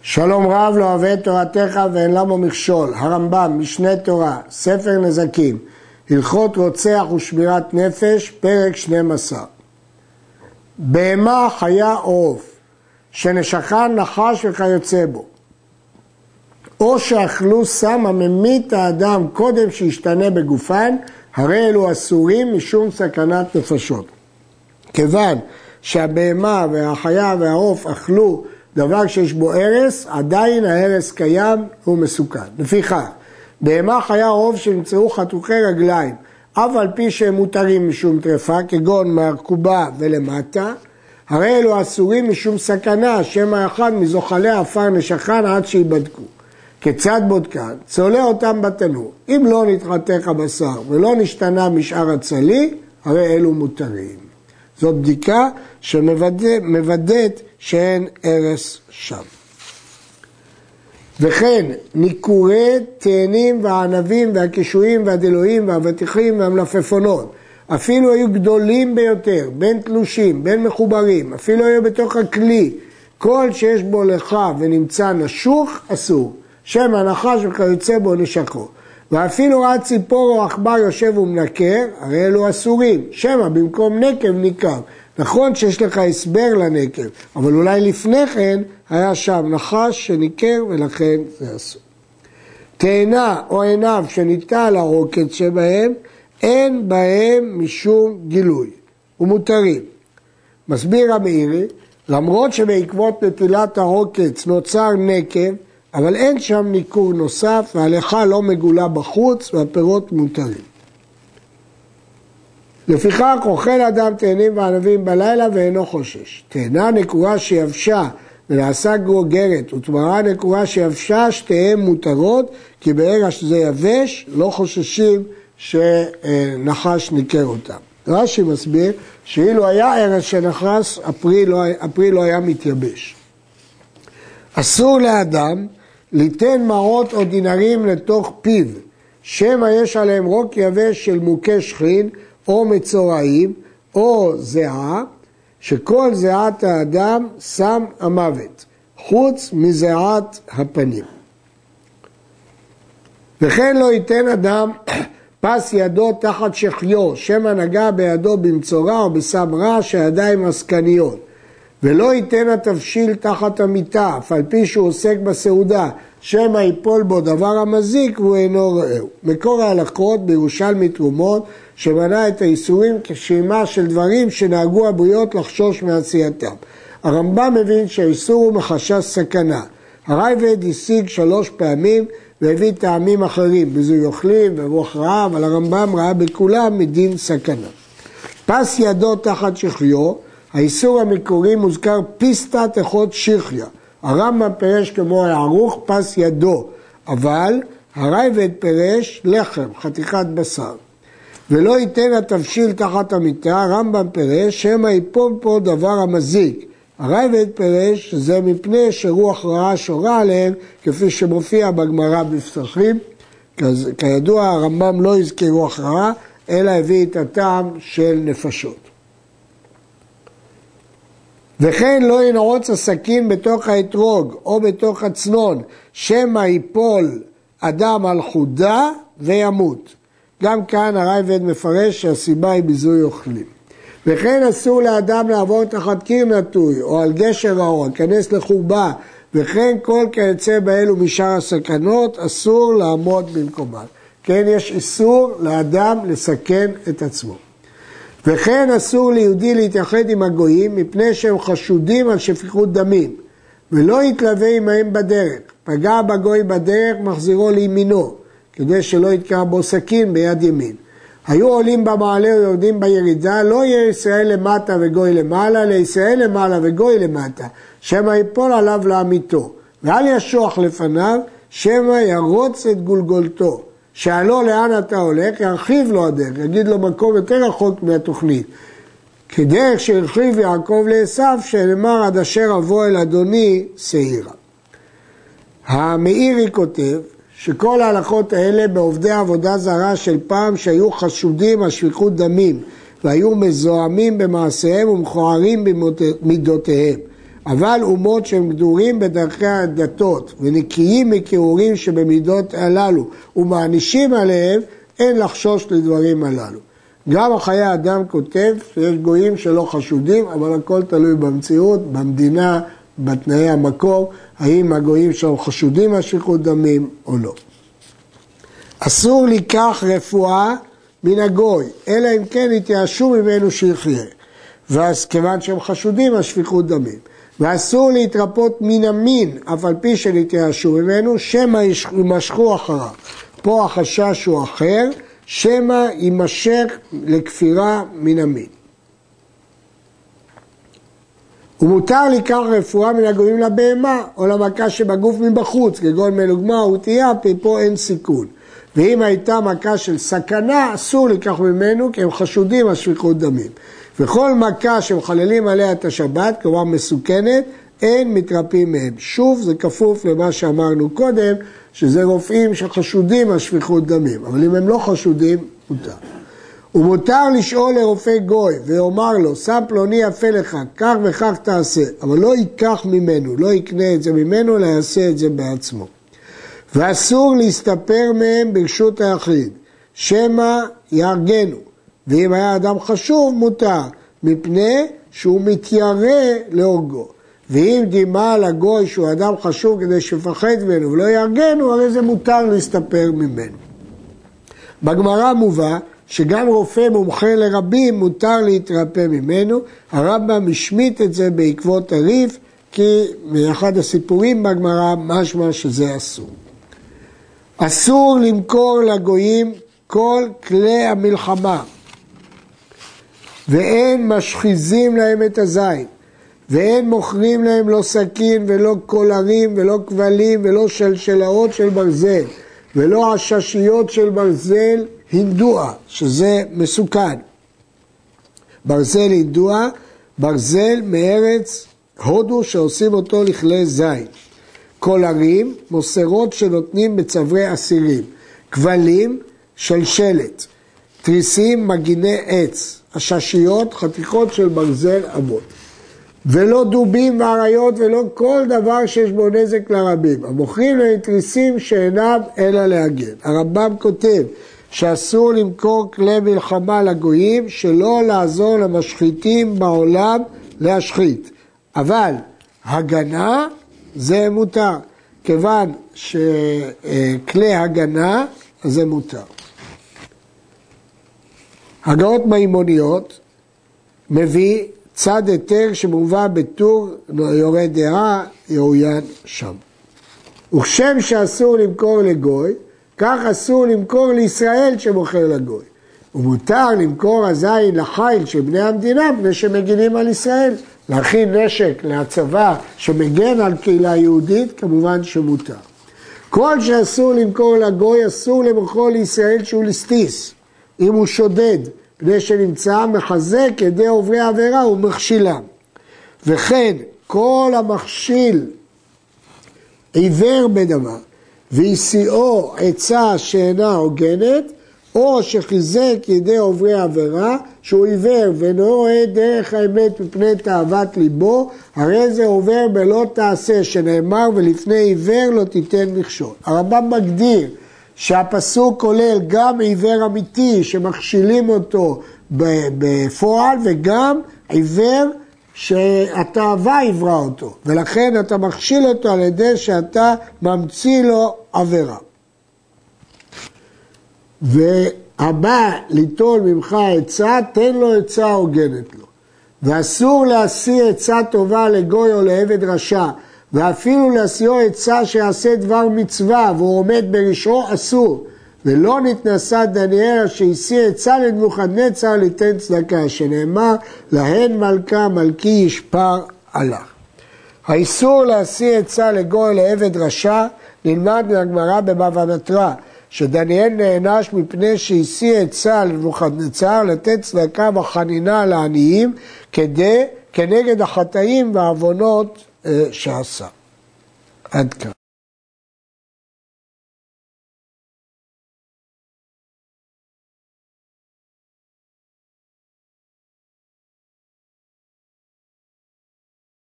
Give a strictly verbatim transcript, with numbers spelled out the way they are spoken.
שלום רב לא אוהב את תורתך ואין למו מכשול. הרמב"ם, משנה תורה, ספר נזקים, הלכות רוצח ושמירת נפש, פרק שנים עשר. בהמה, חיה או עוף, שנשכן נחש וכיוצא בו, או שאכלו סם הממית האדם קודם שישתנה בגופן, הרי אלו אסורים משום סכנת נפשות. כיוון שהבהמה והחיה והעוף אכלו דבר שיש בו הרס, עדיין ההרס קיים והוא מסוכן. לפיכך, בהמה, חיה או עוף שנמצאו חתוכי רגליים, אף על פי שהם מותרים משום טרפה, כגון מהרכובה ולמטה, הרי אלו אסורים משום סכנה, שמא אחד מזוחלי עפר נשכן עד שיבדקו. כיצד בודקן? צולע אותם בתנור. אם לא נתחתך הבשר ולא נשתנה משאר הצלי, הרי אלו מותרים. זאת בדיקה שמוודאת שאין הרס שם. וכן, ניכורי תאנים והענבים והקישואים והדלויים והבטיחים והמלפפונות, אפילו היו גדולים ביותר, בין תלושים, בין מחוברים, אפילו היו בתוך הכלי, כל שיש בו לך ונמצא נשוך, אסור. שם הנחש וכיוצא בו נשכו. ואפילו ראה ציפור או עכבר יושב ומנקר, הרי אלו אסורים. שמא במקום נקב ניקב. נכון שיש לך הסבר לנקב, אבל אולי לפני כן היה שם נחש שניקר ולכן זה אסור. תאנה או עיניו שניטה על הרוקץ שבהם, אין בהם משום גילוי, ומותרים. מסביר המאירי, למרות שבעקבות נטילת הרוקץ נוצר נקב, אבל אין שם ניכור נוסף, והלכה לא מגולה בחוץ, והפירות מותרים. לפיכך אוכל אדם תאנים וענבים בלילה ואינו חושש. תאנה נקורה שיבשה ונעשה גרוגרת, ותמרה נקורה שיבשה שתיהן מותרות, כי ברגע שזה יבש לא חוששים שנחש ניקר אותם. רש"י מסביר שאילו היה הרס שנחש, הפרי לא, הפרי לא היה מתייבש. אסור לאדם ליתן מעות או דינרים לתוך פיו, שמא יש עליהם רוק יבש של מוכה שכין, או מצורעים, או זיעה, שכל זיעת האדם שם המוות, חוץ מזיעת הפנים. וכן לא ייתן אדם פס ידו תחת שחיו, שמא נגע בידו במצורע או בסם רע שהידיים עסקניות. ולא ייתן התבשיל תחת המיטה, אף על פי שהוא עוסק בסעודה, שמא ייפול בו דבר המזיק והוא אינו רעהו. מקור ההלכות בירושלמי תרומות, שמנה את האיסורים כשאימה של דברים שנהגו הבריות לחשוש מעשייתם. הרמב"ם מבין שהאיסור הוא מחשש סכנה. הרייבד השיג שלוש פעמים והביא טעמים אחרים, בזוי אוכלים ורוח רעה, אבל הרמב"ם ראה בכולם מדין סכנה. פס ידו תחת שחיו, האיסור המקורי מוזכר פיסתא תחות שחיה. הרמב"ם פירש כמו הערוך פס ידו, אבל הרייבד פירש לחם, חתיכת בשר. ולא ייתן התבשיל תחת המיטה, הרמב"ם פירש שמא ייפול פה דבר המזיק. הרייבד פירש שזה מפני שרוח רעה שורה עליהם, כפי שמופיע בגמרא בפסחים. כידוע הרמב"ם לא הזכיר רוח רעה, אלא הביא את הטעם של נפשות. וכן לא ינעוץ הסכין בתוך האתרוג או בתוך הצנון, שמא ייפול אדם על חודה וימות. גם כאן הרייבד מפרש שהסיבה היא ביזוי אוכלים. וכן אסור לאדם לעבור תחת קיר נטוי או על גשר רעוע, כנס לחורבה, וכן כל כיוצא באלו משאר הסכנות אסור לעמוד במקומן. כן, יש איסור לאדם לסכן את עצמו. וכן אסור ליהודי להתייחד עם הגויים מפני שהם חשודים על שפיכות דמים, ולא יתלווה עמהם בדרך. פגע בגוי בדרך מחזירו לימינו, כדי שלא יתקע בו סכין ביד ימין. היו עולים במעלה ויורדים בירידה, לא יהיה ישראל למטה וגוי למעלה, לישראל למעלה וגוי למטה, שמא ייפול עליו לעמיתו, ואל ישוח לפניו, שמא ירוץ את גולגולתו. שאלו לאן אתה הולך, ירחיב לו הדרך, יגיד לו מקום יותר רחוק מהתוכנית. כדרך שהרחיב יעקב לעשיו, שנאמר עד אשר אבוא אל אדוני שעירה. המאירי כותב שכל ההלכות האלה בעובדי עבודה זרה של פעם שהיו חשודים על שפיכות דמים והיו מזוהמים במעשיהם ומכוערים במידותיהם. אבל אומות שהם גדורים בדרכי הדתות ונקיים מכיעורים שבמידות הללו ומענישים עליהם, אין לחשוש לדברים הללו. גם החיי האדם כותב שיש גויים שלא חשודים, אבל הכל תלוי במציאות, במדינה, בתנאי המקור, האם הגויים שם חשודים מהשפיכות דמים או לא. אסור לקח רפואה מן הגוי, אלא אם כן התייאשו ממנו שיחיה, ואז כיוון שהם חשודים מהשפיכות דמים. ואסור להתרפות מן המין, אף על פי שנתייאשו ממנו, שמא יימשכו אחריו. פה החשש הוא אחר, שמא יימשך לכפירה מן המין. ומותר לקח רפואה מן הגויים לבהמה, או למכה שבגוף מבחוץ, כגון מלוגמה או תייה, פה אין סיכון. ואם הייתה מכה של סכנה, אסור לקח ממנו, כי הם חשודים על שפיכות דמים. וכל מכה שמחללים עליה את השבת, כלומר מסוכנת, אין מתרפים מהם. שוב, זה כפוף למה שאמרנו קודם, שזה רופאים שחשודים על שפיכות דמים. אבל אם הם לא חשודים, מותר. ומותר לשאול לרופא גוי, ואומר לו, שם פלוני יפה לך, כך וכך תעשה, אבל לא ייקח ממנו, לא יקנה את זה ממנו, אלא יעשה את זה בעצמו. ואסור להסתפר מהם ברשות היחיד, שמא יהרגנו. ואם היה אדם חשוב, מותר, מפני שהוא מתיירא להורגו. ואם דימה על הגוי שהוא אדם חשוב כדי שפחד ממנו ולא יהרגנו, הרי זה מותר להסתפר ממנו. בגמרא מובא שגם רופא מומחה לרבים מותר להתרפא ממנו. הרמב"ם משמיט את זה בעקבות הריף, כי מאחד הסיפורים בגמרא משמע שזה אסור. אסור למכור לגויים כל כלי המלחמה, ואין משחיזים להם את הזין, ואין מוכרים להם לא סכין ולא קולרים ולא כבלים ולא שלשלאות של ברזל ולא עששיות של ברזל הינדוע, שזה מסוכן. ברזל הינדוע, ברזל מארץ הודו שעושים אותו לכלי זין. קולרים, מוסרות שנותנים בצברי אסירים. כבלים, שלשלת. תריסים, מגיני עץ. עששיות, חתיכות של ברזל עבות. ולא דובים ואריות ולא כל דבר שיש בו נזק לרבים. המוכרים להם תריסים שאינם אלא להגן. הרמב"ם כותב שאסור למכור כלי מלחמה לגויים, שלא לעזור למשחיתים בעולם להשחית. אבל הגנה זה מותר. כיוון שכלי הגנה זה מותר. הגאות מימוניות מביא צד היתר שמובא בטור יורה דעה יעוין שם. וכשם שאסור למכור לגוי, כך אסור למכור לישראל שמוכר לגוי. ומותר למכור הזין לחיל של בני המדינה, בני שמגינים על ישראל. להכין נשק להצבא שמגן על קהילה יהודית, כמובן שמותר. כל שאסור למכור לגוי, אסור למכור לישראל שהוא ליסטיס. אם הוא שודד, בני שנמצא מחזק ידי עוברי עבירה ומכשילם. וכן, כל המכשיל עיוור בדבר, והסיעו עצה שאינה הוגנת, או שחיזק ידי עוברי עבירה, שהוא עיוור ואינו רואה דרך האמת מפני תאוות ליבו, הרי זה עובר בלא תעשה, שנאמר ולפני עיוור לא תיתן מכשול. הרמב"ם מגדיר שהפסוק כולל גם עיוור אמיתי שמכשילים אותו בפועל, וגם עיוור שהתאווה עברה אותו, ולכן אתה מכשיל אותו על ידי שאתה ממציא לו עבירה. והבא ליטול ממך עצה, תן לו עצה הוגנת לו. ואסור להשיא עצה טובה לגוי או לעבד רשע, ואפילו להשיאו עצה שיעשה דבר מצווה והוא עומד בראשו, אסור. ולא נתנסה דניאל שהשיא עצה לנבוכדנצר ליתן צדקה, שנאמר להן מלכה מלכי ישפר עליך. האיסור להשיא עצה לגוי או לעבד רשע נלמד מהגמרא בבבא בתרא, שדניאל נענש מפני שהשיא עצה לנבוכדנצר לתת צדקה וחנינה לעניים, כדי, כנגד החטאים והעוונות שעשה. עד כאן.